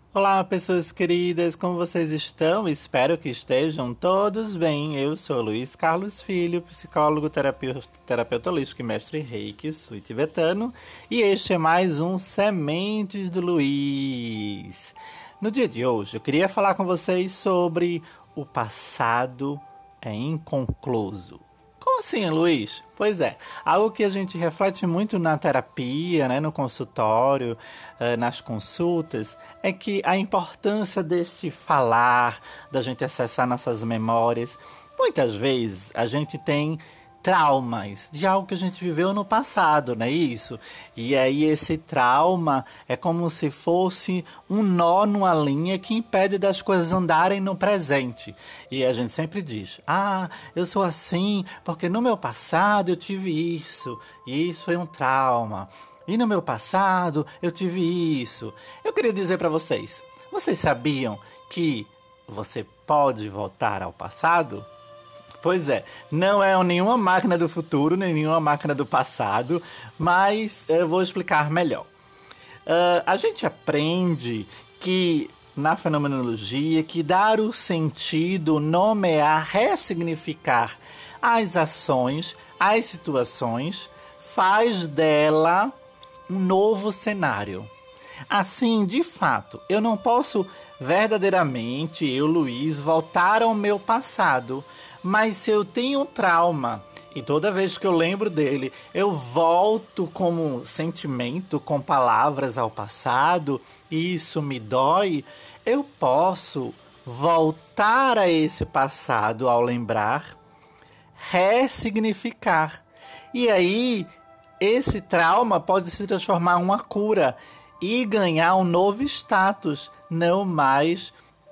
Olá, pessoas queridas, como vocês estão? Espero que estejam todos bem. Eu sou Luiz Carlos Filho, psicólogo, terapeuta holístico e mestre Reiki, sou tibetano, e este é mais um Sementes do Luiz. No dia de hoje, eu queria falar com vocês sobre o passado é inconcluso. Como assim, Luiz? Pois é, algo que a gente reflete muito na terapia, né, no consultório, nas consultas, é que a importância desse falar, da gente acessar nossas memórias. Muitas vezes a gente tem traumas de algo que a gente viveu no passado, não é isso? E aí esse trauma é como se fosse um nó numa linha que impede das coisas andarem no presente. E a gente sempre diz: "Ah, eu sou assim porque no meu passado eu tive isso, e isso foi um trauma. E no meu passado eu tive isso." Eu queria dizer para vocês sabiam que você pode voltar ao passado? Pois é, não é nenhuma máquina do futuro, nem nenhuma máquina do passado, mas eu vou explicar melhor. A gente aprende que na fenomenologia que dar o sentido, nomear, ressignificar as ações, as situações, faz dela um novo cenário. Assim, de fato, eu não posso verdadeiramente, eu, Luiz, voltar ao meu passado. Mas se eu tenho um trauma e toda vez que eu lembro dele, eu volto como sentimento, com palavras ao passado, e isso me dói, eu posso voltar a esse passado ao lembrar, ressignificar. E aí, esse trauma pode se transformar em uma cura e ganhar um novo status, não mais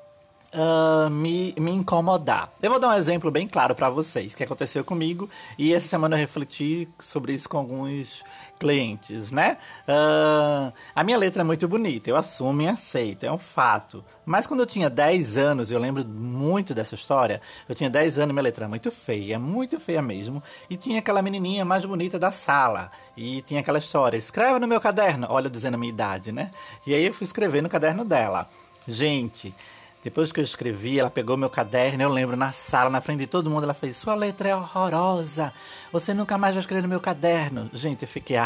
me incomodar. Eu vou dar um exemplo bem claro para vocês que aconteceu comigo e essa semana eu refleti sobre isso com alguns clientes, né? A minha letra é muito bonita, eu assumo e aceito, é um fato. Mas quando eu tinha 10 anos, eu lembro muito dessa história, eu tinha 10 anos e minha letra era muito feia mesmo, e tinha aquela menininha mais bonita da sala, e tinha aquela história: escreve no meu caderno, olha, dizendo a minha idade, né? E aí eu fui escrever no caderno dela. Gente, depois que eu escrevi, ela pegou meu caderno, eu lembro, na sala, na frente de todo mundo, ela fez: sua letra é horrorosa, você nunca mais vai escrever no meu caderno. Gente, eu fiquei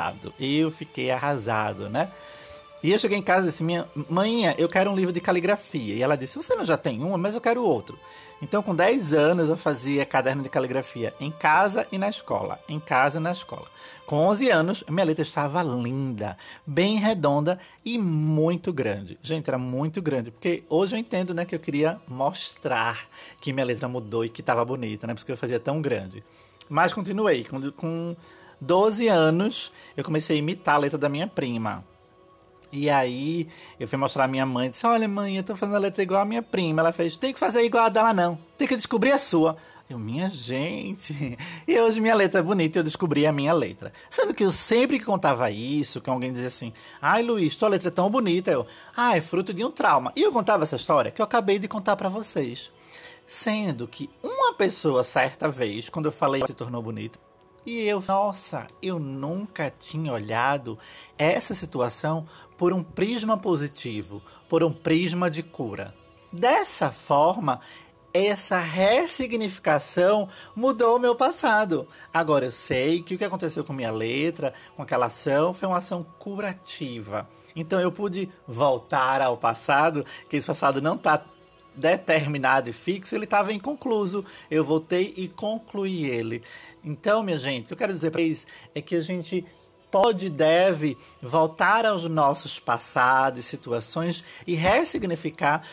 arrasado, né? E eu cheguei em casa e disse: minha mãe, eu quero um livro de caligrafia. E ela disse: você não já tem uma, mas eu quero outro. Então, com 10 anos, eu fazia caderno de caligrafia em casa e na escola. Em casa e na escola. Com 11 anos, minha letra estava linda, bem redonda e muito grande. Gente, era muito grande, porque hoje eu entendo, né, que eu queria mostrar que minha letra mudou e que estava bonita, né, porque eu fazia tão grande. Mas continuei. Com 12 anos, eu comecei a imitar a letra da minha prima. E aí, eu fui mostrar a minha mãe, disse: olha, mãe, eu tô fazendo a letra igual a minha prima. Ela fez: tem que fazer igual a dela não, tem que descobrir a sua. Eu: minha gente. E hoje minha letra é bonita e eu descobri a minha letra. Sendo que eu sempre que contava isso, que alguém dizia assim: ai, Luiz, tua letra é tão bonita. Eu: ah, é fruto de um trauma. E eu contava essa história que eu acabei de contar pra vocês. Sendo que uma pessoa, certa vez, quando eu falei, se tornou bonita. E eu, nossa, eu nunca tinha olhado essa situação por um prisma positivo, por um prisma de cura. Dessa forma, essa ressignificação mudou o meu passado. Agora eu sei que o que aconteceu com minha letra, com aquela ação, foi uma ação curativa. Então eu pude voltar ao passado, que esse passado não está determinado e fixo, ele estava inconcluso. Eu voltei e concluí ele. Então, minha gente, o que eu quero dizer para vocês é que a gente pode e deve voltar aos nossos passados e situações e ressignificar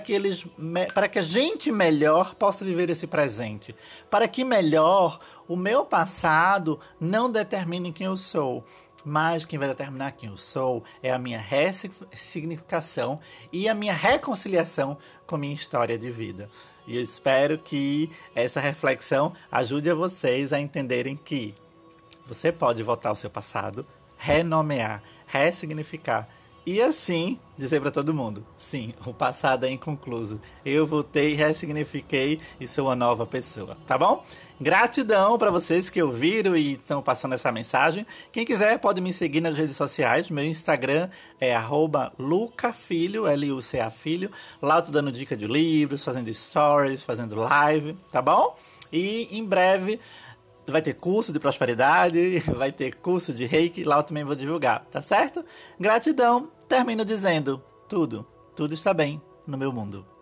para que a gente melhor possa viver esse presente. Para que melhor o meu passado não determine quem eu sou. Mas quem vai determinar quem eu sou é a minha ressignificação e a minha reconciliação com a minha história de vida. E eu espero que essa reflexão ajude a vocês a entenderem que você pode voltar ao seu passado, renomear, ressignificar E assim, dizer pra todo mundo, sim, o passado é inconcluso. Eu voltei, ressignifiquei e sou uma nova pessoa, tá bom? Gratidão pra vocês que ouviram e estão passando essa mensagem. Quem quiser pode me seguir nas redes sociais. Meu Instagram é @lucafilho, Luca Filho. Lá eu tô dando dica de livros, fazendo stories, fazendo live, tá bom? E em breve vai ter curso de prosperidade, vai ter curso de reiki, lá eu também vou divulgar, tá certo? Gratidão, termino dizendo, tudo está bem no meu mundo.